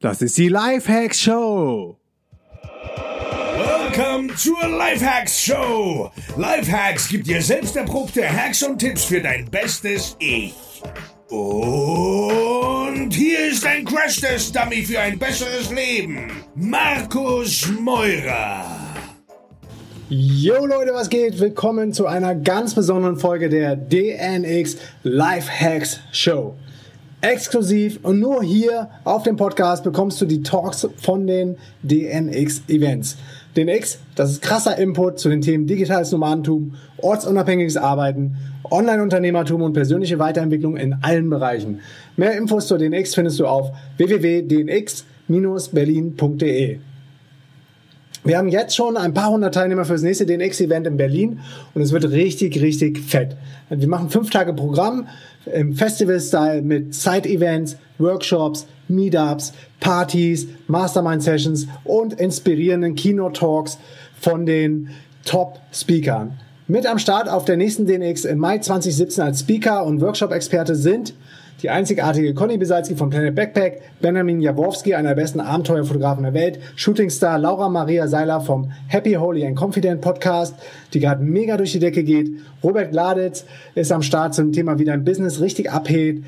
Das ist die Lifehacks Show. Welcome zur Lifehacks Show. Lifehacks gibt dir selbst erprobte Hacks und Tipps für dein bestes Ich. Und hier ist ein Crash-Test-Dummy für ein besseres Leben. Markus Meurer. Yo Leute, was geht? Willkommen zu einer ganz besonderen Folge der DNX Lifehacks Show. Exklusiv und nur hier auf dem Podcast bekommst du die Talks von den DNX Events. DNX, das ist krasser Input zu den Themen digitales Nomadentum, ortsunabhängiges Arbeiten, Online-Unternehmertum und persönliche Weiterentwicklung in allen Bereichen. Mehr Infos zur DNX findest du auf www.dnx-berlin.de. Wir haben jetzt schon ein paar hundert Teilnehmer für das nächste DNX-Event in Berlin und es wird richtig, richtig fett. Wir machen 5 Tage Programm im Festival-Style mit Side-Events, Workshops, Meetups, Partys, Mastermind-Sessions und inspirierenden Keynote-Talks von den Top-Speakern. Mit am Start auf der nächsten DNX im Mai 2017 als Speaker und Workshop-Experte sind die einzigartige Conny Besalski von Planet Backpack, Benjamin Jaworski, einer der besten Abenteuerfotografen der Welt, Shootingstar Laura Maria Seiler vom Happy, Holy and Confident Podcast, die gerade mega durch die Decke geht. Robert Gladitz ist am Start zum Thema, wie dein Business richtig abhebt.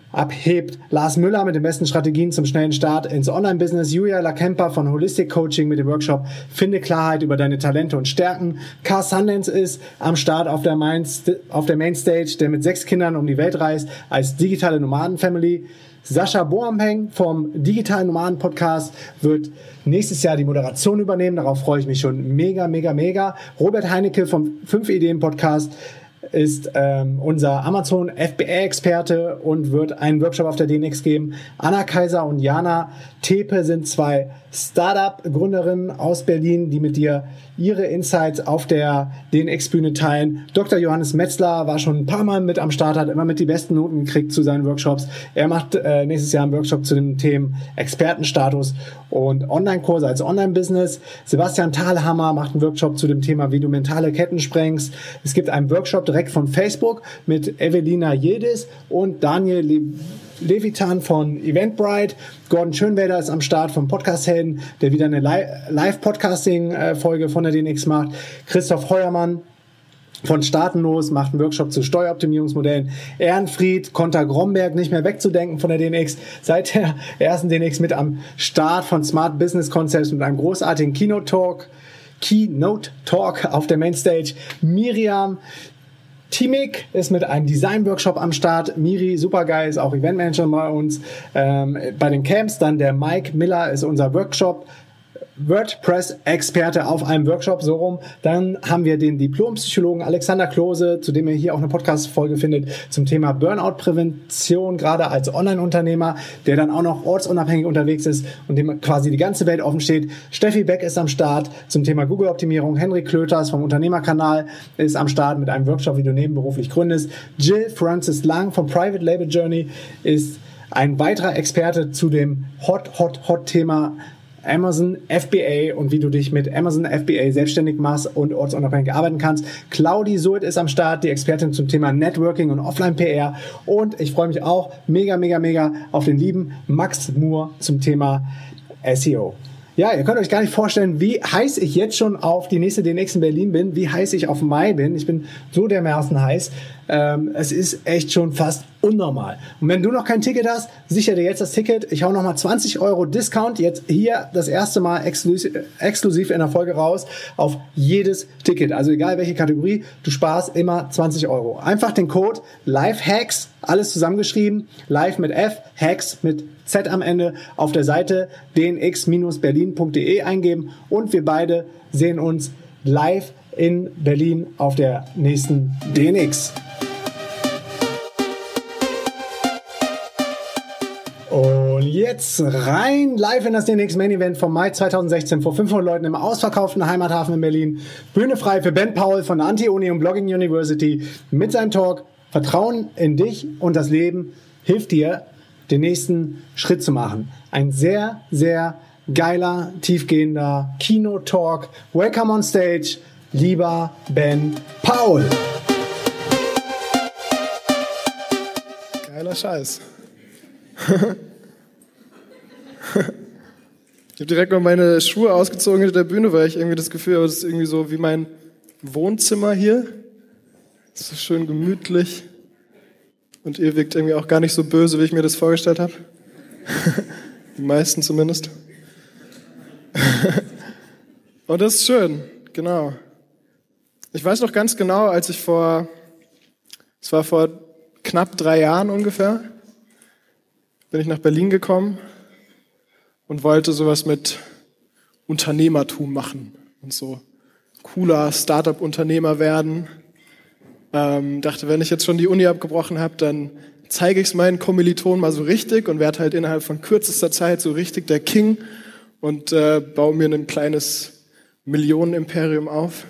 Lars Müller mit den besten Strategien zum schnellen Start ins Online-Business. Julia Lakemper von Holistic Coaching mit dem Workshop Finde Klarheit über deine Talente und Stärken. Car Sundance ist am Start auf der Mainstage, der mit 6 Kindern um die Welt reist als digitale Nomaden-Family. Sascha Boampeng vom Digitalen Nomaden Podcast wird nächstes Jahr die Moderation übernehmen. Darauf freue ich mich schon mega, mega, mega. Robert Heinecke vom 5 Ideen Podcast ist unser Amazon FBA-Experte und wird einen Workshop auf der DNX geben. Anna Kaiser und Jana Tepe sind 2 Startup-Gründerinnen aus Berlin, die mit dir ihre Insights auf der DNX-Bühne teilen. Dr. Johannes Metzler war schon ein paar Mal mit am Start, hat immer mit die besten Noten gekriegt zu seinen Workshops. Er macht nächstes Jahr einen Workshop zu den Themen Expertenstatus und Online-Kurse als Online-Business. Sebastian Thalhammer macht einen Workshop zu dem Thema, wie du mentale Ketten sprengst. Es gibt einen Workshop direkt von Facebook mit Evelina Jedis und Daniel Levitan von Eventbrite. Gordon Schönwälder ist am Start vom Podcast-Helden, der wieder eine Live-Podcasting-Folge von der DNX macht. Christoph Heuermann von Staatenlos macht einen Workshop zu Steueroptimierungsmodellen. Ehrenfried Konter-Gromberg, nicht mehr wegzudenken von der DNX, seit der ersten DNX mit am Start von Smart Business Concepts mit einem großartigen Keynote Talk auf der Mainstage. Miriam Timik ist mit einem Design-Workshop am Start. Miri, supergeil, ist auch Eventmanager bei uns. Bei den Camps dann der Mike Miller ist unser WordPress-Experte auf einem Workshop, so rum. Dann haben wir den Diplompsychologen Alexander Klose, zu dem ihr hier auch eine Podcast-Folge findet, zum Thema Burnout-Prävention, gerade als Online-Unternehmer, der dann auch noch ortsunabhängig unterwegs ist und dem quasi die ganze Welt offen steht. Steffi Beck ist am Start zum Thema Google-Optimierung. Henrik Klöters vom Unternehmerkanal ist am Start mit einem Workshop, wie du nebenberuflich gründest. Jill Francis Lang vom Private Label Journey ist ein weiterer Experte zu dem Hot-Thema Amazon FBA und wie du dich mit Amazon FBA selbstständig machst und ortsunabhängig arbeiten kannst. Claudi Suet ist am Start, die Expertin zum Thema Networking und Offline-PR. Und ich freue mich auch mega, mega, mega auf den lieben Max Moore zum Thema SEO. Ja, ihr könnt euch gar nicht vorstellen, wie heiß ich jetzt schon auf die nächste DNX in Berlin bin, wie heiß ich auf Mai bin. Ich bin so dermaßen heiß. Es ist echt schon fast unnormal. Und wenn du noch kein Ticket hast, sicher dir jetzt das Ticket. Ich hau nochmal 20 € Discount jetzt hier das erste Mal exklusiv in der Folge raus auf jedes Ticket. Also egal welche Kategorie, du sparst immer 20 €. Einfach den Code LIFEHACKS, alles zusammengeschrieben, live mit F, Hacks mit Z am Ende, auf der Seite dnx-berlin.de eingeben und wir beide sehen uns live in Berlin auf der nächsten DNX. Und jetzt rein live in das DNX Main Event vom Mai 2016 vor 500 Leuten im ausverkauften Heimathafen in Berlin. Bühne frei für Ben Paul von der Anti-Uni und Blogging University mit seinem Talk Vertrauen in dich und das Leben hilft dir, den nächsten Schritt zu machen. Ein sehr, sehr geiler, tiefgehender Keynote-Talk. Welcome on stage, lieber Ben Paul. Geiler Scheiß. Ich habe direkt mal meine Schuhe ausgezogen hinter der Bühne, weil ich irgendwie das Gefühl habe, das ist irgendwie so wie mein Wohnzimmer hier. Es ist schön gemütlich. Und ihr wirkt irgendwie auch gar nicht so böse, wie ich mir das vorgestellt habe. Die meisten zumindest. Und das ist schön, genau. Ich weiß noch ganz genau, es war vor knapp 3 Jahren ungefähr, bin ich nach Berlin gekommen und wollte sowas mit Unternehmertum machen und so cooler Startup-Unternehmer werden. Dachte, wenn ich jetzt schon die Uni abgebrochen habe, dann zeige ich es meinen Kommilitonen mal so richtig und werde halt innerhalb von kürzester Zeit so richtig der King und baue mir ein kleines Millionenimperium auf.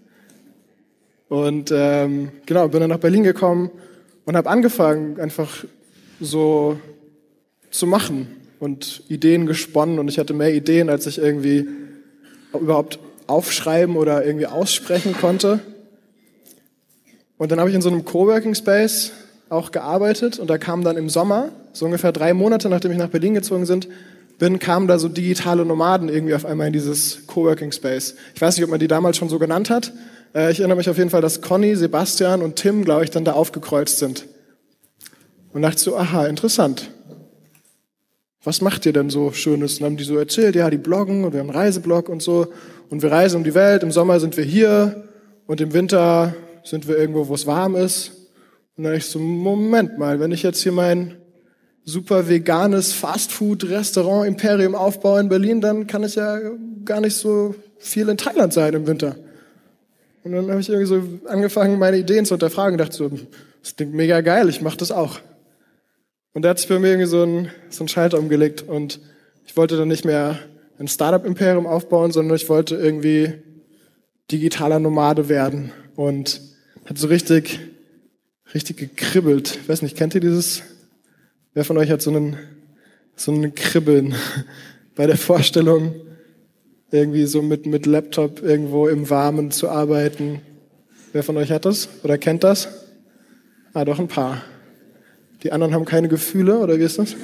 Und genau, bin dann nach Berlin gekommen und habe angefangen, einfach so zu machen und Ideen gesponnen. Und ich hatte mehr Ideen, als ich irgendwie überhaupt aufschreiben oder irgendwie aussprechen konnte. Und dann habe ich in so einem Coworking Space auch gearbeitet und da kam dann im Sommer, so ungefähr 3 Monate, nachdem ich nach Berlin gezogen bin, kamen da so digitale Nomaden irgendwie auf einmal in dieses Coworking Space. Ich weiß nicht, ob man die damals schon so genannt hat. Ich erinnere mich auf jeden Fall, dass Conny, Sebastian und Tim, glaube ich, dann da aufgekreuzt sind. Und dachte so, aha, interessant. Was macht ihr denn so Schönes? Und haben die so erzählt, ja, die bloggen und wir haben einen Reiseblog und so. Und wir reisen um die Welt. Im Sommer sind wir hier und im Winter sind wir irgendwo, wo es warm ist. Und dann dachte ich so, Moment mal, wenn ich jetzt hier mein super veganes Fastfood-Restaurant-Imperium aufbaue in Berlin, dann kann es ja gar nicht so viel in Thailand sein im Winter. Und dann habe ich irgendwie so angefangen, meine Ideen zu hinterfragen und dachte so, das klingt mega geil, ich mache das auch. Und da hat sich bei mir irgendwie so ein Schalter umgelegt und ich wollte dann nicht mehr ein Startup-Imperium aufbauen, sondern ich wollte irgendwie digitaler Nomade werden und hat so richtig gekribbelt. Ich weiß nicht, kennt ihr dieses? Wer von euch hat so einen Kribbeln bei der Vorstellung, irgendwie so mit Laptop irgendwo im Warmen zu arbeiten? Wer von euch hat das oder kennt das? Ah, doch ein paar. Die anderen haben keine Gefühle, oder wie ist das?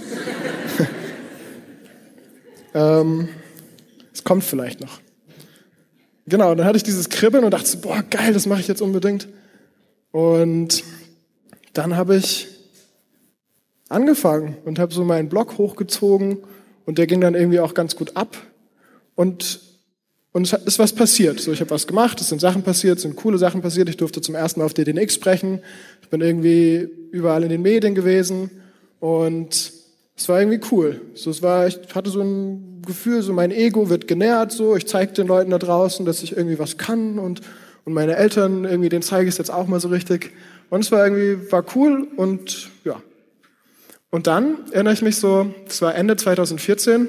Es kommt vielleicht noch. Genau, dann hatte ich dieses Kribbeln und dachte so, boah, geil, das mache ich jetzt unbedingt. Und dann habe ich angefangen und habe so meinen Blog hochgezogen und der ging dann irgendwie auch ganz gut ab. Und es ist was passiert. So, ich habe was gemacht, es sind Sachen passiert, es sind coole Sachen passiert. Ich durfte zum ersten Mal auf DDNX sprechen. Ich bin irgendwie überall in den Medien gewesen und es war irgendwie cool. So, ich hatte so ein Gefühl, so mein Ego wird genährt, so ich zeige den Leuten da draußen, dass ich irgendwie was kann und meine Eltern irgendwie, denen zeige ich es jetzt auch mal so richtig. Und es war cool und ja. Und dann erinnere ich mich so, es war Ende 2014,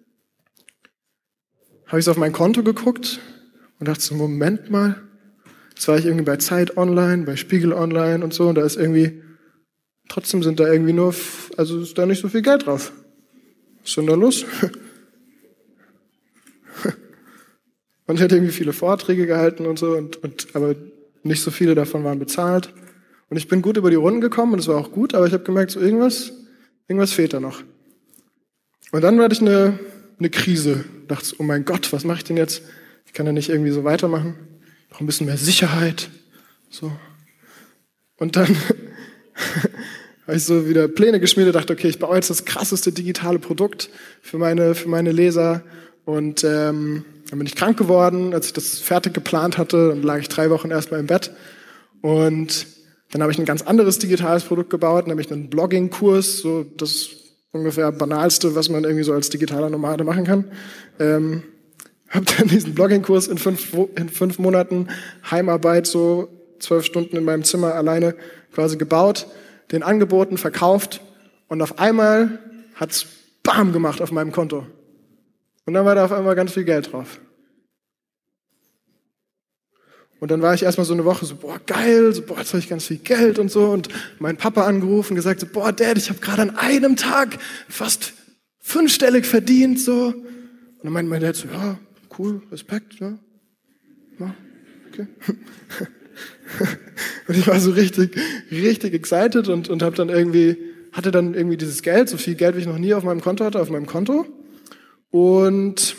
habe ich so auf mein Konto geguckt und dachte so, Moment mal, jetzt war ich irgendwie bei Zeit Online, bei Spiegel Online und so und da ist irgendwie, trotzdem sind da irgendwie ist da nicht so viel Geld drauf. Was ist denn da los? Und ich hatte irgendwie viele Vorträge gehalten und so, aber nicht so viele davon waren bezahlt. Und ich bin gut über die Runden gekommen und es war auch gut, aber ich habe gemerkt, so irgendwas fehlt da noch. Und dann hatte ich eine Krise. Ich dachte so, oh mein Gott, was mache ich denn jetzt? Ich kann ja nicht irgendwie so weitermachen. Noch ein bisschen mehr Sicherheit. So. Und dann habe ich so wieder Pläne geschmiedet, dachte, okay, ich baue jetzt das krasseste digitale Produkt für meine Leser. Und dann bin ich krank geworden. Als ich das fertig geplant hatte, dann lag ich 3 Wochen erstmal im Bett. Und dann habe ich ein ganz anderes digitales Produkt gebaut, nämlich einen Blogging-Kurs, so das ungefähr Banalste, was man irgendwie so als digitaler Nomade machen kann. Habe dann diesen Blogging-Kurs in 5 Monaten Heimarbeit, so 12 Stunden in meinem Zimmer alleine quasi gebaut, den angeboten, verkauft und auf einmal hat's BAM gemacht auf meinem Konto. Und dann war da auf einmal ganz viel Geld drauf. Und dann war ich erstmal so eine Woche so, boah, geil, so, boah, jetzt habe ich ganz viel Geld und so. Und meinen Papa angerufen und gesagt, so, boah, Dad, ich habe gerade an einem Tag fast 5-stellig verdient, so. Und dann meinte mein Dad so, ja, cool, Respekt, ja, okay. Und ich war so richtig excited und hatte dann irgendwie dieses Geld, so viel Geld, wie ich noch nie auf meinem Konto hatte, auf meinem Konto. Und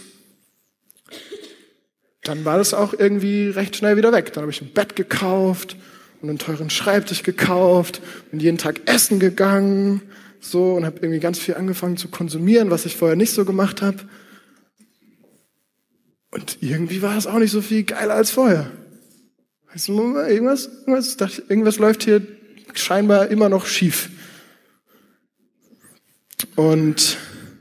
dann war das auch irgendwie recht schnell wieder weg. Dann habe ich ein Bett gekauft und einen teuren Schreibtisch gekauft und jeden Tag essen gegangen, so, und habe irgendwie ganz viel angefangen zu konsumieren, was ich vorher nicht so gemacht habe. Und irgendwie war es auch nicht so viel geiler als vorher. Weißt du, irgendwas läuft hier scheinbar immer noch schief. Und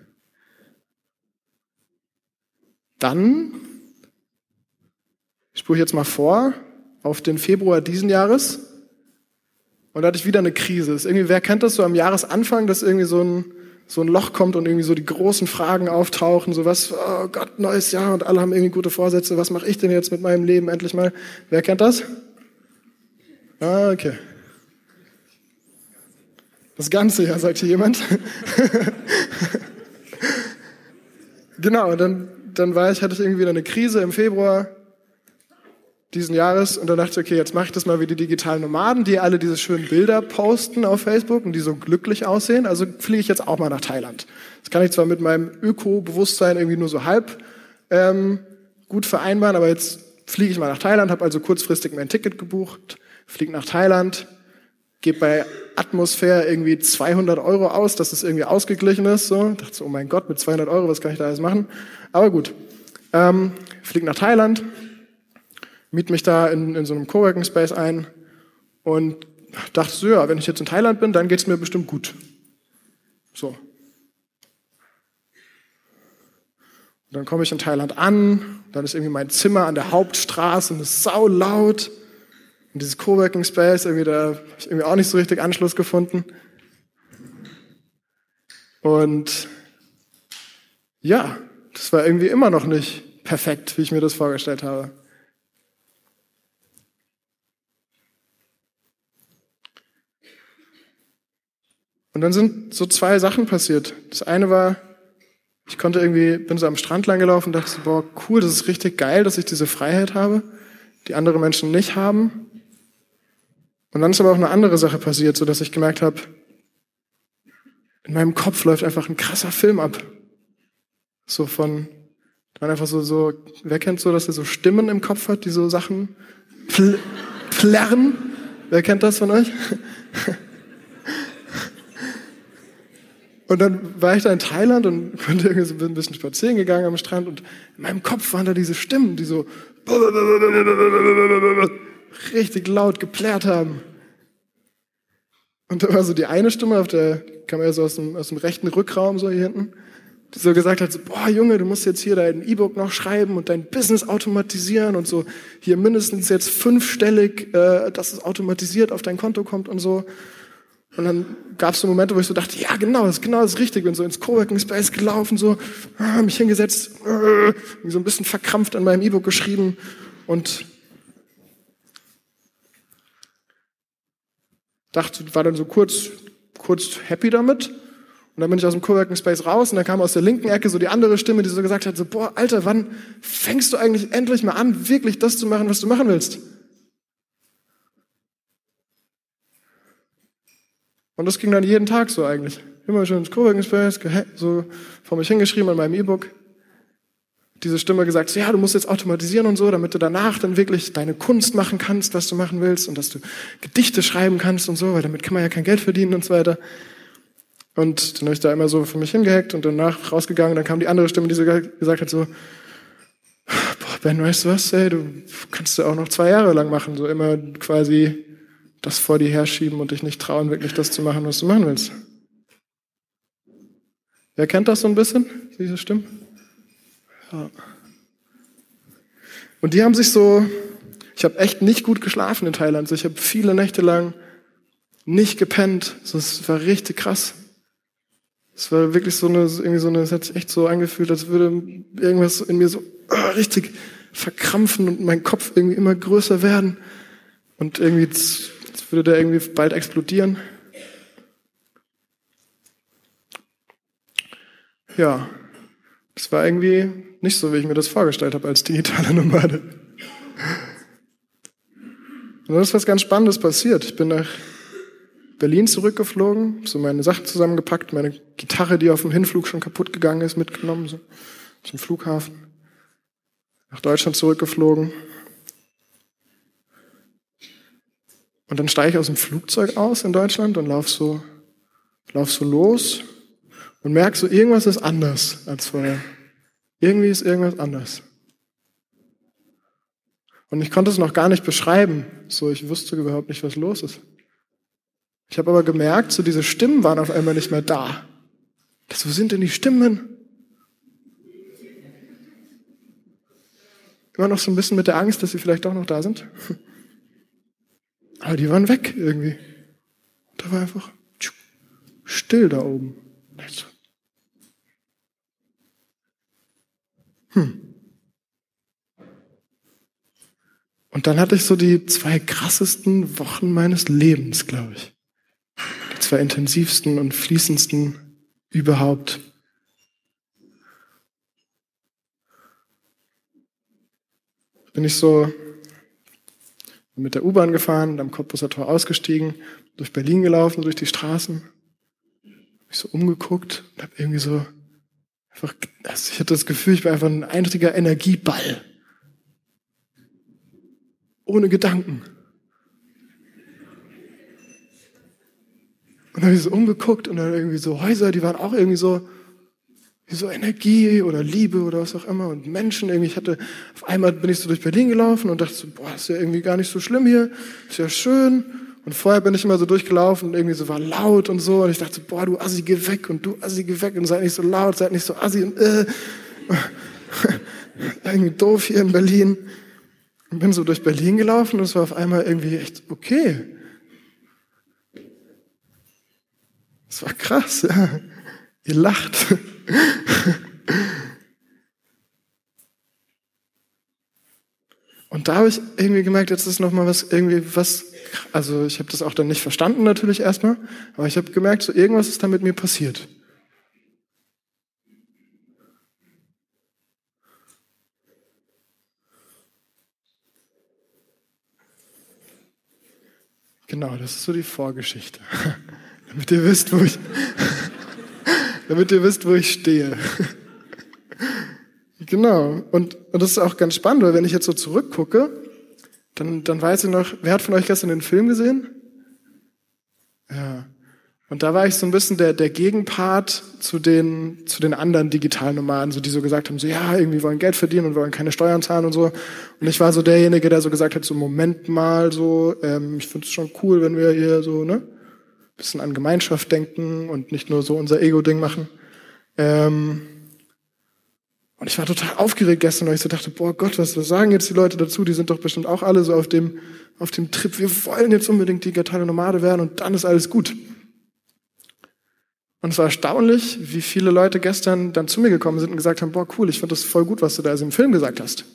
dann, ich spule jetzt mal vor, auf den Februar diesen Jahres, und da hatte ich wieder eine Krise. Wer kennt das so am Jahresanfang, dass irgendwie so ein Loch kommt und irgendwie so die großen Fragen auftauchen, so was, oh Gott, neues Jahr und alle haben irgendwie gute Vorsätze, was mache ich denn jetzt mit meinem Leben endlich mal? Wer kennt das? Ah, okay. Das ganze Jahr, sagt hier jemand. Genau, dann hatte ich irgendwie wieder eine Krise im Februar diesen Jahres und dann dachte ich, okay, jetzt mache ich das mal wie die digitalen Nomaden, die alle diese schönen Bilder posten auf Facebook und die so glücklich aussehen. Also fliege ich jetzt auch mal nach Thailand. Das kann ich zwar mit meinem Öko-Bewusstsein irgendwie nur so halb gut vereinbaren, aber jetzt fliege ich mal nach Thailand, habe also kurzfristig mein Ticket gebucht, fliege nach Thailand, gebe bei Atmosphäre irgendwie 200 € aus, dass es irgendwie ausgeglichen ist. So. Ich dachte so, oh mein Gott, mit 200 €, was kann ich da alles machen? Aber gut, fliege nach Thailand, miete mich da in so einem Coworking Space ein und dachte so, ja, wenn ich jetzt in Thailand bin, dann geht's mir bestimmt gut. So. Und dann komme ich in Thailand an, dann ist irgendwie mein Zimmer an der Hauptstraße und es ist saulaut. Und dieses Coworking Space, da habe ich irgendwie auch nicht so richtig Anschluss gefunden. Und ja, das war irgendwie immer noch nicht perfekt, wie ich mir das vorgestellt habe. Und dann sind so zwei Sachen passiert. Das eine war, bin so am Strand lang gelaufen und dachte so, boah, cool, das ist richtig geil, dass ich diese Freiheit habe, die andere Menschen nicht haben. Und dann ist aber auch eine andere Sache passiert, so dass ich gemerkt habe, in meinem Kopf läuft einfach ein krasser Film ab. Wer kennt so, dass er so Stimmen im Kopf hat, die so Sachen plärren? Wer kennt das von euch? Und dann war ich da in Thailand und konnte irgendwie so ein bisschen spazieren gegangen am Strand und in meinem Kopf waren da diese Stimmen, die so richtig laut geplärt haben. Und da war so die eine Stimme, kam ja so aus dem rechten Rückraum so hier hinten, die so gesagt hat, so, boah Junge, du musst jetzt hier dein E-Book noch schreiben und dein Business automatisieren und so hier mindestens jetzt 5-stellig, dass es automatisiert auf dein Konto kommt und so. Und dann gab es so Momente, wo ich so dachte, ja genau, das ist richtig. Bin so ins Coworking Space gelaufen, so mich hingesetzt, so ein bisschen verkrampft an meinem E-Book geschrieben und war dann so kurz happy damit. Und dann bin ich aus dem Coworking Space raus und dann kam aus der linken Ecke so die andere Stimme, die so gesagt hat, so, boah, Alter, wann fängst du eigentlich endlich mal an, wirklich das zu machen, was du machen willst? Und das ging dann jeden Tag so eigentlich. Immer schön ins Coworking Space, so vor mich hingeschrieben an meinem E-Book. Diese Stimme gesagt, so, ja, du musst jetzt automatisieren und so, damit du danach dann wirklich deine Kunst machen kannst, was du machen willst und dass du Gedichte schreiben kannst und so, weil damit kann man ja kein Geld verdienen und so weiter. Und dann habe ich da immer so vor mich hingehackt und danach rausgegangen. Dann kam die andere Stimme, die so gesagt hat so, boah, Ben, weißt du was, ey, du kannst du auch noch 2 Jahre lang machen, so immer quasi das vor dir herschieben und dich nicht trauen, wirklich das zu machen, was du machen willst. Wer kennt das so ein bisschen, diese Stimmen? Ja. Und die haben sich so, ich habe echt nicht gut geschlafen in Thailand. Ich habe viele Nächte lang nicht gepennt. Es war richtig krass. Es war wirklich es hat sich echt so angefühlt, als würde irgendwas in mir so richtig verkrampfen und mein Kopf irgendwie immer größer werden. Und irgendwie, jetzt würde der irgendwie bald explodieren. Ja, das war irgendwie nicht so, wie ich mir das vorgestellt habe als digitale Nomade. Und dann ist was ganz Spannendes passiert. Ich bin nach Berlin zurückgeflogen, so meine Sachen zusammengepackt, meine Gitarre, die auf dem Hinflug schon kaputt gegangen ist, mitgenommen. So. zum Flughafen, nach Deutschland zurückgeflogen. Und dann steige ich aus dem Flugzeug aus in Deutschland und lauf so los und merke so, irgendwas ist anders als vorher. Irgendwie ist irgendwas anders. Und ich konnte es noch gar nicht beschreiben. So, ich wusste überhaupt nicht, was los ist. Ich habe aber gemerkt, so diese Stimmen waren auf einmal nicht mehr da. Wo sind denn die Stimmen? Immer noch so ein bisschen mit der Angst, dass sie vielleicht doch noch da sind. Aber die waren weg irgendwie. Da war einfach still da oben. Und dann hatte ich so die 2 krassesten Wochen meines Lebens, glaube ich. Die 2 intensivsten und fließendsten überhaupt. Bin ich so mit der U-Bahn gefahren, am Cottbuser Tor ausgestiegen, durch Berlin gelaufen, durch die Straßen. Hab mich so umgeguckt und habe irgendwie so einfach, ich hatte das Gefühl, ich war einfach ein einziger Energieball. Ohne Gedanken. Und dann habe ich so umgeguckt und dann irgendwie so Häuser, die waren auch irgendwie so, wie so Energie oder Liebe oder was auch immer und Menschen irgendwie. Auf einmal bin ich so durch Berlin gelaufen und dachte so, boah, ist ja irgendwie gar nicht so schlimm hier, ist ja schön. Und vorher bin ich immer so durchgelaufen und irgendwie so war laut und so und ich dachte so, boah, du Assi, geh weg und du Assi, geh weg und seid nicht so laut, seid nicht so Assi und irgendwie doof hier in Berlin. Und bin so durch Berlin gelaufen und es war auf einmal irgendwie echt okay. Es war krass, ja. Ihr lacht. Und da habe ich irgendwie gemerkt, jetzt ist nochmal also ich habe das auch dann nicht verstanden natürlich erstmal, aber ich habe gemerkt, so irgendwas ist da mit mir passiert. Genau, das ist so die Vorgeschichte. Damit ihr wisst, wo ich stehe. Genau. Und das ist auch ganz spannend, weil wenn ich jetzt so zurückgucke, dann weiß ich noch, wer hat von euch gestern den Film gesehen? Ja. Und da war ich so ein bisschen der Gegenpart zu den anderen digitalen Nomaden, so die so gesagt haben, so ja, irgendwie wollen Geld verdienen und wollen keine Steuern zahlen und so. Und ich war so derjenige, der so gesagt hat, so Moment mal, so ich finde es schon cool, wenn wir hier so bisschen an Gemeinschaft denken und nicht nur so unser Ego-Ding machen. Und ich war total aufgeregt gestern, weil ich so dachte, boah Gott, was sagen jetzt die Leute dazu? Die sind doch bestimmt auch alle so auf dem Trip, wir wollen jetzt unbedingt digitale Nomade werden und dann ist alles gut. Und es war erstaunlich, wie viele Leute gestern dann zu mir gekommen sind und gesagt haben, boah cool, ich fand das voll gut, was du da im Film gesagt hast.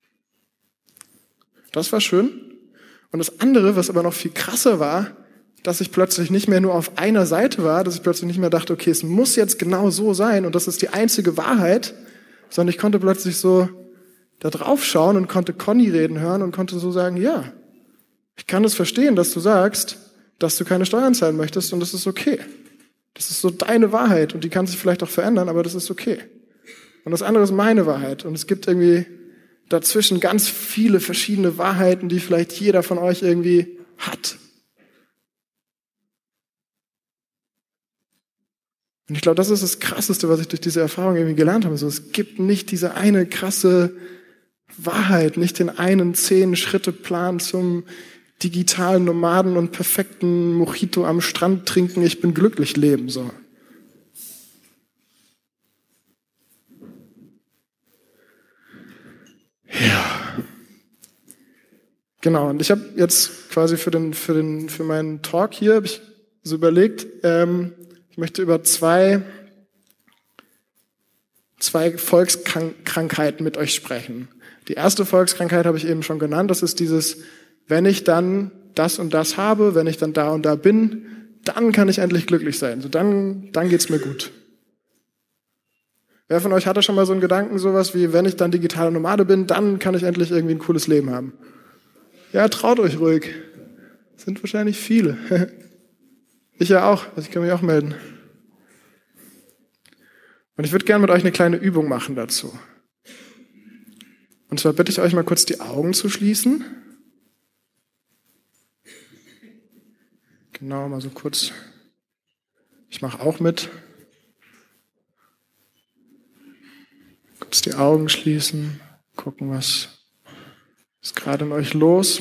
Das war schön. Und das andere, was aber noch viel krasser war, dass ich plötzlich nicht mehr nur auf einer Seite war, dass ich plötzlich nicht mehr dachte, okay, es muss jetzt genau so sein und das ist die einzige Wahrheit, sondern ich konnte plötzlich so da drauf schauen und konnte Conny reden hören und konnte so sagen, ja, ich kann es verstehen, dass du sagst, dass du keine Steuern zahlen möchtest und das ist okay. Das ist so deine Wahrheit und die kann sich vielleicht auch verändern, aber das ist okay. Und das andere ist meine Wahrheit und es gibt irgendwie dazwischen ganz viele verschiedene Wahrheiten, die vielleicht jeder von euch irgendwie hat. Und ich glaube, das ist das Krasseste, was ich durch diese Erfahrung irgendwie gelernt habe. So, es gibt nicht diese eine krasse Wahrheit, nicht den einen 10-Schritte-Plan zum digitalen Nomaden und perfekten Mojito am Strand trinken, ich bin glücklich leben. So. Ja. Genau, und ich habe jetzt quasi für meinen Talk hier, habe ich so überlegt, ich möchte über zwei Volkskrankheiten mit euch sprechen. Die erste Volkskrankheit habe ich eben schon genannt, das ist dieses, wenn ich dann das und das habe, wenn ich dann da und da bin, dann kann ich endlich glücklich sein. So dann geht's mir gut. Wer von euch hatte schon mal so einen Gedanken, sowas wie, wenn ich dann digitaler Nomade bin, dann kann ich endlich irgendwie ein cooles Leben haben? Ja, traut euch ruhig. Das sind wahrscheinlich viele. Ich ja auch, also ich kann mich auch melden. Und ich würde gerne mit euch eine kleine Übung machen dazu. Und zwar bitte ich euch mal kurz die Augen zu schließen. Genau, mal so kurz. Ich mache auch mit. Kurz die Augen schließen, gucken, was ist gerade in euch los.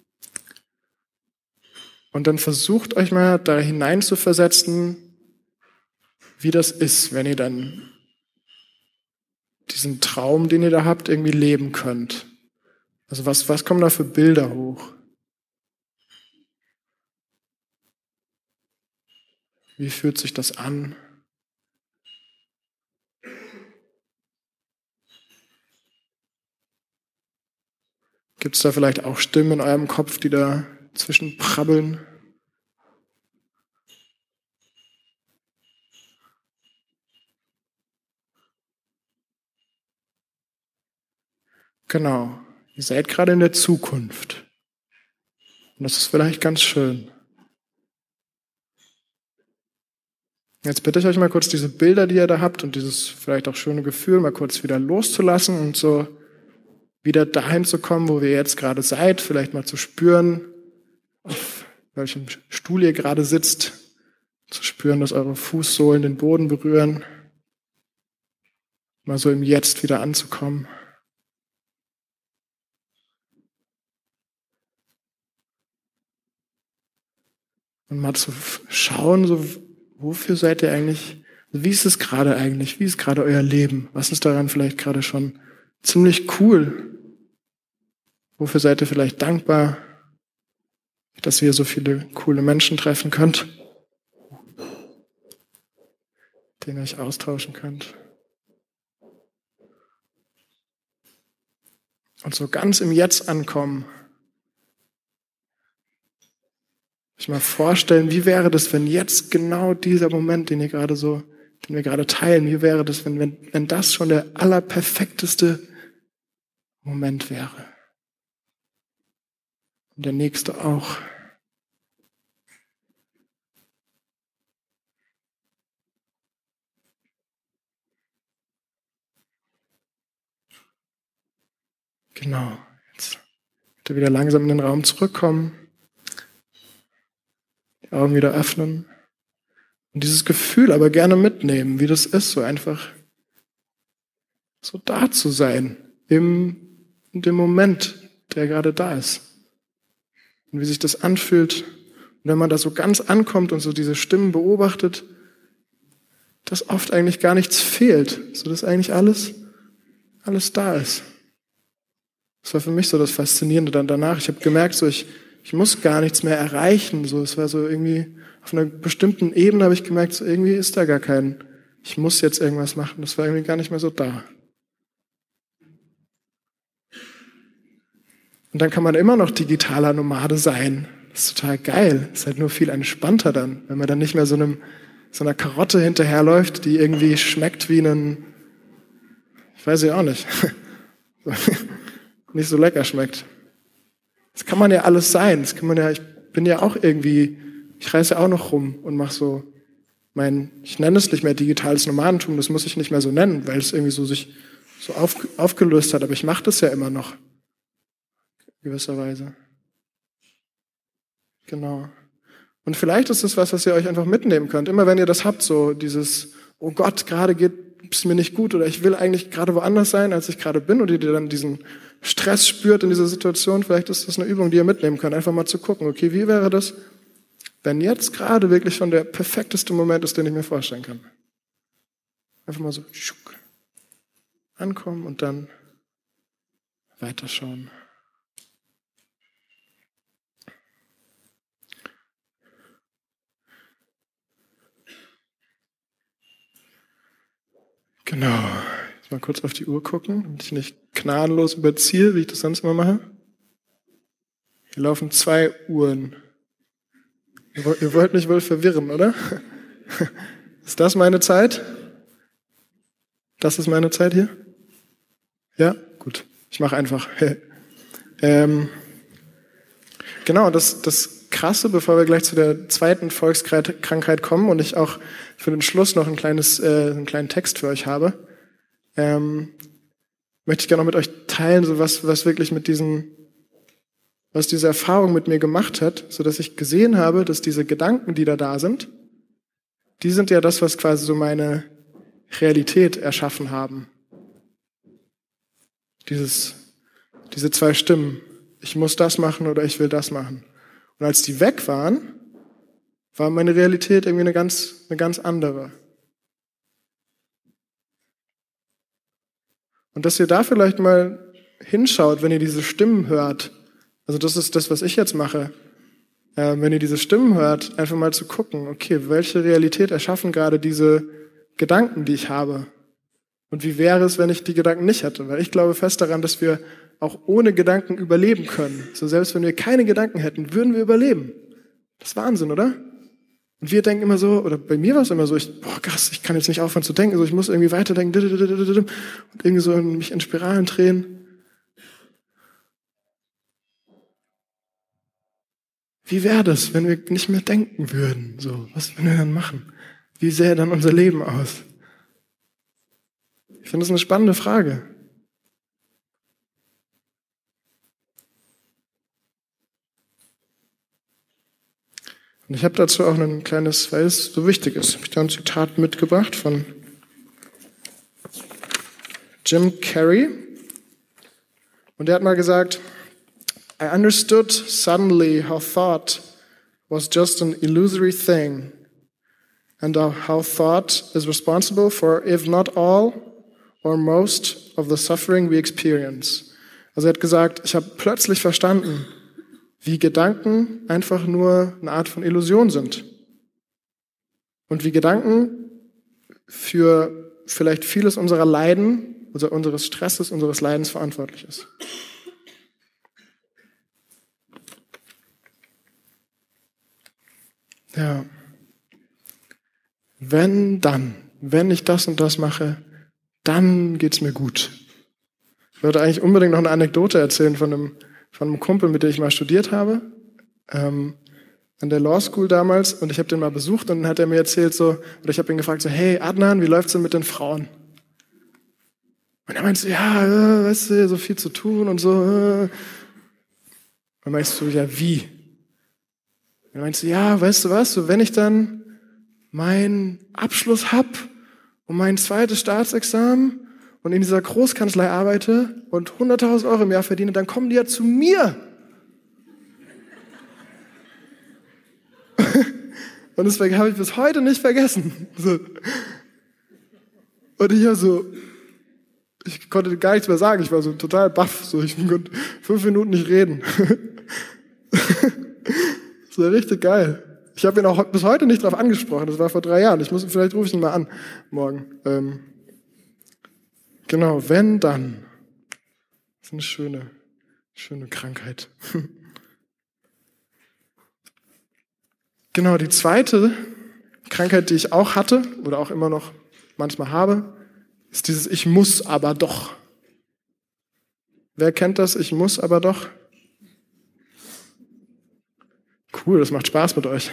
Und dann versucht euch mal da hineinzuversetzen, wie das ist, wenn ihr dann diesen Traum, den ihr da habt, irgendwie leben könnt. Also was kommen da für Bilder hoch? Wie fühlt sich das an? Gibt es da vielleicht auch Stimmen in eurem Kopf, die da zwischenprabbeln? Genau, ihr seid gerade in der Zukunft. Und das ist vielleicht ganz schön. Jetzt bitte ich euch mal kurz diese Bilder, die ihr da habt und dieses vielleicht auch schöne Gefühl mal kurz wieder loszulassen und so wieder dahin zu kommen, wo ihr jetzt gerade seid, vielleicht mal zu spüren, auf welchem Stuhl ihr gerade sitzt, zu spüren, dass eure Fußsohlen den Boden berühren, mal so im Jetzt wieder anzukommen. Und mal zu schauen, so, wofür seid ihr eigentlich, wie ist es gerade eigentlich, wie ist gerade euer Leben? Was ist daran vielleicht gerade schon ziemlich cool? Wofür seid ihr vielleicht dankbar, dass ihr so viele coole Menschen treffen könnt, denen ihr euch austauschen könnt? Und so ganz im Jetzt ankommen. Euch mal vorstellen, wie wäre das, wenn jetzt genau dieser Moment, den wir gerade teilen, wie wäre das, wenn das schon der allerperfekteste Moment wäre? Und der nächste auch. Genau. Jetzt bitte wieder langsam in den Raum zurückkommen. Die Augen wieder öffnen. Und dieses Gefühl aber gerne mitnehmen, wie das ist, so einfach so da zu sein. In dem Moment, der gerade da ist. Und wie sich das anfühlt. Und wenn man da so ganz ankommt und so diese Stimmen beobachtet, dass oft eigentlich gar nichts fehlt. So dass eigentlich alles da ist. Das war für mich so das Faszinierende dann danach. Ich habe gemerkt, so ich muss gar nichts mehr erreichen. So, es war so irgendwie, auf einer bestimmten Ebene habe ich gemerkt, so irgendwie ist da gar kein, ich muss jetzt irgendwas machen. Das war irgendwie gar nicht mehr so da. Und dann kann man immer noch digitaler Nomade sein. Das ist total geil. Das ist halt nur viel entspannter dann, wenn man dann nicht mehr so einer Karotte hinterherläuft, die irgendwie schmeckt wie ich weiß ja auch nicht, nicht so lecker schmeckt. Das kann man ja alles sein. Das kann man ja, ich bin ja auch irgendwie, ich reise ja auch noch rum und mache so ich nenne es nicht mehr digitales Nomadentum, das muss ich nicht mehr so nennen, weil es irgendwie so sich so aufgelöst hat, aber ich mache das ja immer noch. Gewisserweise. Genau. Und vielleicht ist es was ihr euch einfach mitnehmen könnt. Immer wenn ihr das habt, so dieses, oh Gott, gerade geht es mir nicht gut oder ich will eigentlich gerade woanders sein, als ich gerade bin und ihr dann diesen Stress spürt in dieser Situation, vielleicht ist das eine Übung, die ihr mitnehmen könnt. Einfach mal zu gucken, okay, wie wäre das, wenn jetzt gerade wirklich schon der perfekteste Moment ist, den ich mir vorstellen kann. Einfach mal so ankommen und dann weiterschauen. Genau. Jetzt mal kurz auf die Uhr gucken, damit ich nicht gnadenlos überziehe, wie ich das sonst immer mache. Hier laufen 2 Uhren. Ihr wollt mich wohl verwirren, oder? Ist das meine Zeit? Das ist meine Zeit hier? Ja? Gut. Ich mache einfach. Genau, das Krasse, bevor wir gleich zu der zweiten Volkskrankheit kommen und ich auch für den Schluss noch einen kleinen Text für euch habe, möchte ich gerne noch mit euch teilen, so was wirklich was diese Erfahrung mit mir gemacht hat, so dass ich gesehen habe, dass diese Gedanken, die da sind, die sind ja das, was quasi so meine Realität erschaffen haben. Diese zwei Stimmen. Ich muss das machen oder ich will das machen. Und als die weg waren, war meine Realität irgendwie eine ganz andere. Und dass ihr da vielleicht mal hinschaut, wenn ihr diese Stimmen hört, also das ist das, was ich jetzt mache, wenn ihr diese Stimmen hört, einfach mal zu gucken, okay, welche Realität erschaffen gerade diese Gedanken, die ich habe? Und wie wäre es, wenn ich die Gedanken nicht hätte? Weil ich glaube fest daran, dass wir auch ohne Gedanken überleben können. So selbst wenn wir keine Gedanken hätten, würden wir überleben. Das ist Wahnsinn, oder? Und wir denken immer so, oder bei mir war es immer so, krass, ich kann jetzt nicht aufhören zu denken, so ich muss irgendwie weiterdenken und irgendwie so mich in Spiralen drehen. Wie wäre das, wenn wir nicht mehr denken würden? So, was würden wir dann machen? Wie sähe dann unser Leben aus? Ich finde das eine spannende Frage. Und ich habe dazu auch ein kleines, weil es so wichtig ist, habe ich da ein Zitat mitgebracht von Jim Carrey. Und er hat mal gesagt, I understood suddenly how thought was just an illusory thing and how thought is responsible for, if not all or most of the suffering we experience. Also er hat gesagt, ich habe plötzlich verstanden, wie Gedanken einfach nur eine Art von Illusion sind. Und wie Gedanken für vielleicht vieles unserer Leiden, unseres Stresses, unseres Leidens verantwortlich ist. Ja. Wenn ich das und das mache, dann geht's mir gut. Ich wollte eigentlich unbedingt noch eine Anekdote erzählen von einem Kumpel, mit dem ich mal studiert habe, an der Law School damals, und ich habe den mal besucht und dann hat er mir erzählt oder ich habe ihn gefragt hey Adnan, wie läuft's denn mit den Frauen? Und er meinte ja, weißt du, so viel zu tun und so. Und dann meinst du, ja, wie? Und er meinte ja, weißt du was, so wenn ich dann meinen Abschluss hab und mein zweites Staatsexamen und in dieser Großkanzlei arbeite und 100.000 Euro im Jahr verdiene, dann kommen die ja zu mir. Und deswegen habe ich bis heute nicht vergessen. So. Und ich konnte gar nichts mehr sagen. Ich war so total baff. So, ich konnte 5 Minuten nicht reden. Das war richtig geil. Ich habe ihn auch bis heute nicht drauf angesprochen. Das war vor 3 Jahren. Vielleicht rufe ich ihn mal an morgen. Genau, wenn, dann. Das ist eine schöne Krankheit. Genau, die zweite Krankheit, die ich auch hatte oder auch immer noch manchmal habe, ist dieses Ich muss aber doch. Wer kennt das? Ich muss aber doch. Cool, das macht Spaß mit euch.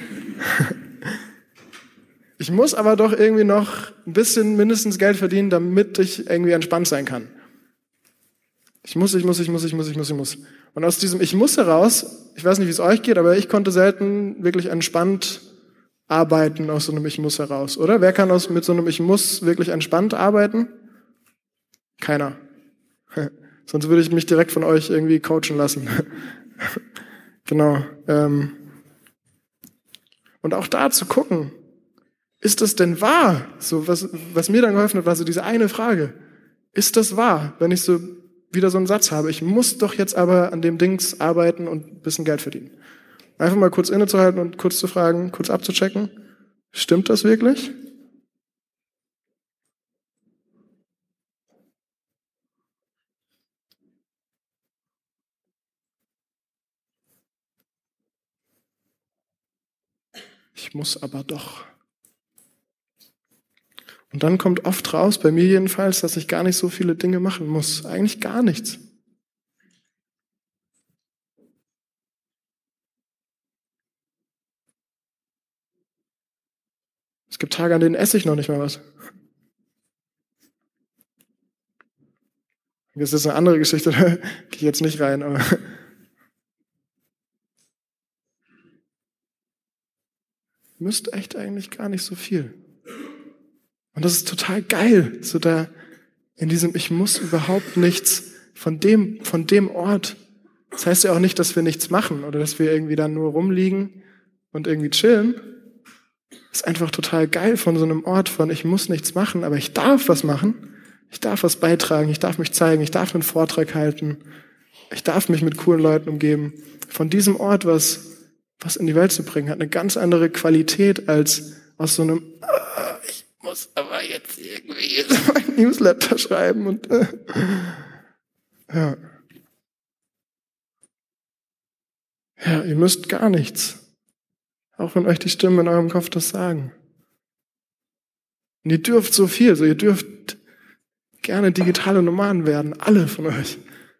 Ich muss aber doch irgendwie noch ein bisschen mindestens Geld verdienen, damit ich irgendwie entspannt sein kann. Ich muss. Und aus diesem Ich muss heraus, ich weiß nicht, wie es euch geht, aber ich konnte selten wirklich entspannt arbeiten aus so einem Ich muss heraus, oder? Wer kann mit so einem Ich muss wirklich entspannt arbeiten? Keiner. Sonst würde ich mich direkt von euch irgendwie coachen lassen. Genau. Und auch da zu gucken, ist das denn wahr? So, was mir dann geholfen hat, war so diese eine Frage. Ist das wahr, wenn ich so wieder so einen Satz habe? Ich muss doch jetzt aber an dem Dings arbeiten und ein bisschen Geld verdienen. Einfach mal kurz innezuhalten und kurz zu fragen, kurz abzuchecken. Stimmt das wirklich? Ich muss aber doch. Und dann kommt oft raus, bei mir jedenfalls, dass ich gar nicht so viele Dinge machen muss. Eigentlich gar nichts. gibt Tage, an denen esse ich noch nicht mal was. Das ist eine andere Geschichte, da gehe ich jetzt nicht rein, aber müsst echt eigentlich gar nicht so viel. Und das ist total geil, so da in diesem ich muss überhaupt nichts von dem Ort. Das heißt ja auch nicht, dass wir nichts machen oder dass wir irgendwie dann nur rumliegen und irgendwie chillen. Das ist einfach total geil von so einem Ort von ich muss nichts machen, aber ich darf was machen. Ich darf was beitragen, ich darf mich zeigen, ich darf einen Vortrag halten, ich darf mich mit coolen Leuten umgeben. Von diesem Ort was in die Welt zu bringen, hat eine ganz andere Qualität als aus so einem ich muss aber jetzt irgendwie mein Newsletter schreiben und ja. Ja, ihr müsst gar nichts. Auch wenn euch die Stimmen in eurem Kopf das sagen. Und ihr dürft so viel, so ihr dürft gerne digitale Nomaden werden, alle von euch.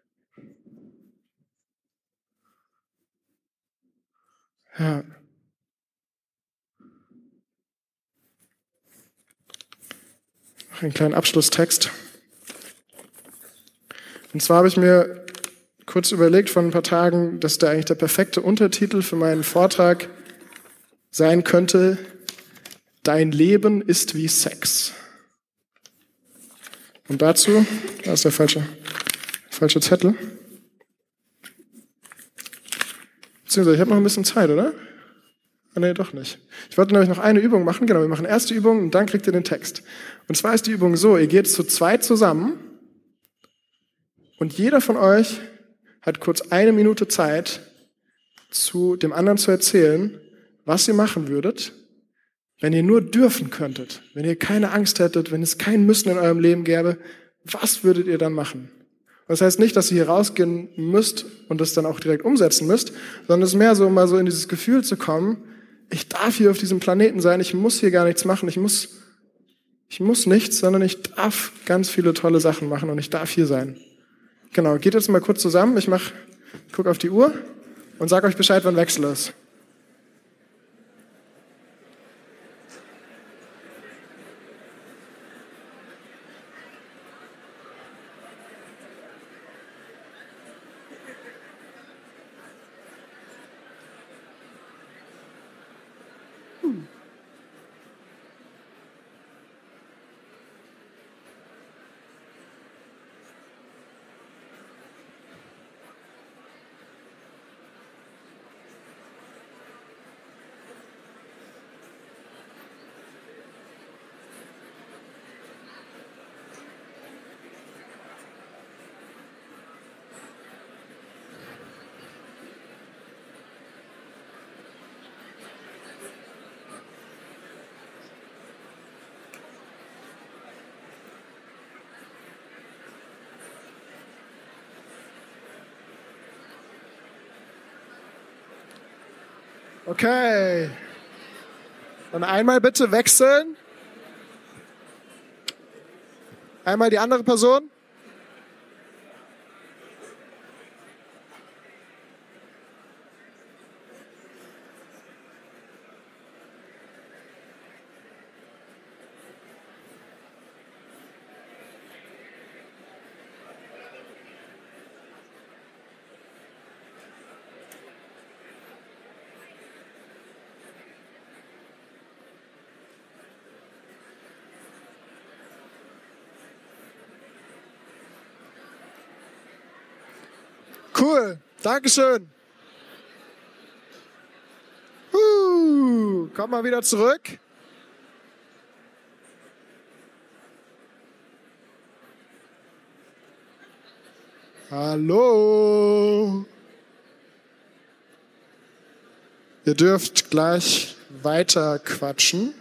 Ja. Noch einen kleinen Abschlusstext. Und zwar habe ich mir kurz überlegt vor ein paar Tagen, dass da eigentlich der perfekte Untertitel für meinen Vortrag sein könnte: Dein Leben ist wie Sex. Und dazu, da ist der falsche Zettel. Beziehungsweise, ich habe noch ein bisschen Zeit, oder? Ah, nee, doch nicht. Ich wollte nämlich noch eine Übung machen. Genau, wir machen erst die Übung und dann kriegt ihr den Text. Und zwar ist die Übung so, ihr geht zu zweit zusammen und jeder von euch hat kurz 1 Minute Zeit, zu dem anderen zu erzählen, was ihr machen würdet, wenn ihr nur dürfen könntet, wenn ihr keine Angst hättet, wenn es kein Müssen in eurem Leben gäbe, was würdet ihr dann machen? Und das heißt nicht, dass ihr hier rausgehen müsst und das dann auch direkt umsetzen müsst, sondern es ist mehr so, mal so in dieses Gefühl zu kommen, ich darf hier auf diesem Planeten sein, ich muss hier gar nichts machen, ich muss nichts, sondern ich darf ganz viele tolle Sachen machen und ich darf hier sein. Genau, geht jetzt mal kurz zusammen, ich gucke auf die Uhr und sage euch Bescheid, wann Wechsel ist. Okay. Dann einmal bitte wechseln. Einmal die andere Person. Cool, Dankeschön. Komm mal wieder zurück. Hallo. Ihr dürft gleich weiter quatschen.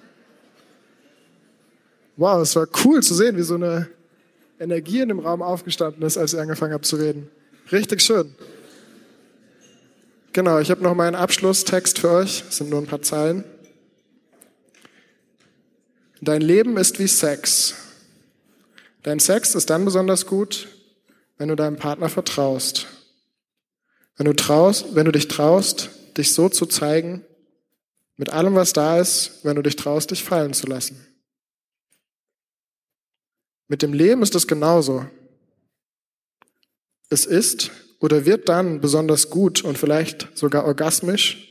Wow, es war cool zu sehen, wie so eine Energie in dem Raum aufgestanden ist, als ich angefangen habe zu reden. Richtig schön. Genau, ich habe noch meinen Abschlusstext für euch. Das sind nur ein paar Zeilen. Dein Leben ist wie Sex. Dein Sex ist dann besonders gut, wenn du deinem Partner vertraust. Wenn du dich traust, dich so zu zeigen, Mit allem, was da ist, wenn du dich traust, dich fallen zu lassen. Mit dem Leben ist es genauso. Es ist oder wird dann besonders gut und vielleicht sogar orgasmisch,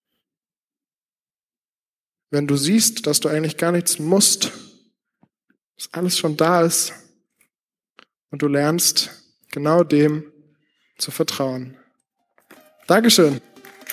wenn du siehst, dass du eigentlich gar nichts musst, dass alles schon da ist und du lernst, genau dem zu vertrauen. Dankeschön.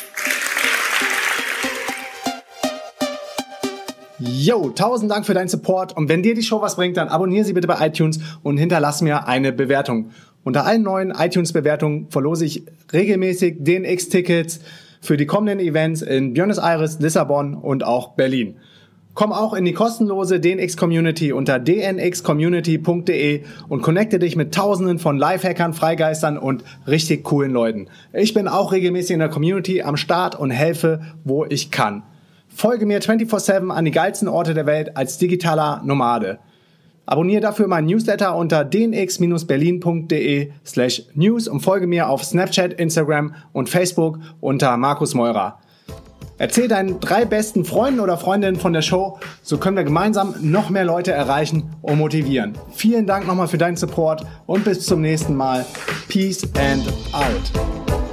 Yo, 1000 Dank für deinen Support und wenn dir die Show was bringt, dann abonniere sie bitte bei iTunes und hinterlass mir eine Bewertung. Unter allen neuen iTunes-Bewertungen verlose ich regelmäßig DNX-Tickets für die kommenden Events in Buenos Aires, Lissabon und auch Berlin. Komm auch in die kostenlose DNX-Community unter dnxcommunity.de und connecte dich mit Tausenden von Lifehackern, Freigeistern und richtig coolen Leuten. Ich bin auch regelmäßig in der Community am Start und helfe, wo ich kann. Folge mir 24/7 an die geilsten Orte der Welt als digitaler Nomade. Abonniere dafür meinen Newsletter unter dnx-berlin.de/news und folge mir auf Snapchat, Instagram und Facebook unter Markus Meurer. Erzähl deinen 3 besten Freunden oder Freundinnen von der Show, so können wir gemeinsam noch mehr Leute erreichen und motivieren. Vielen Dank nochmal für deinen Support und bis zum nächsten Mal. Peace and out.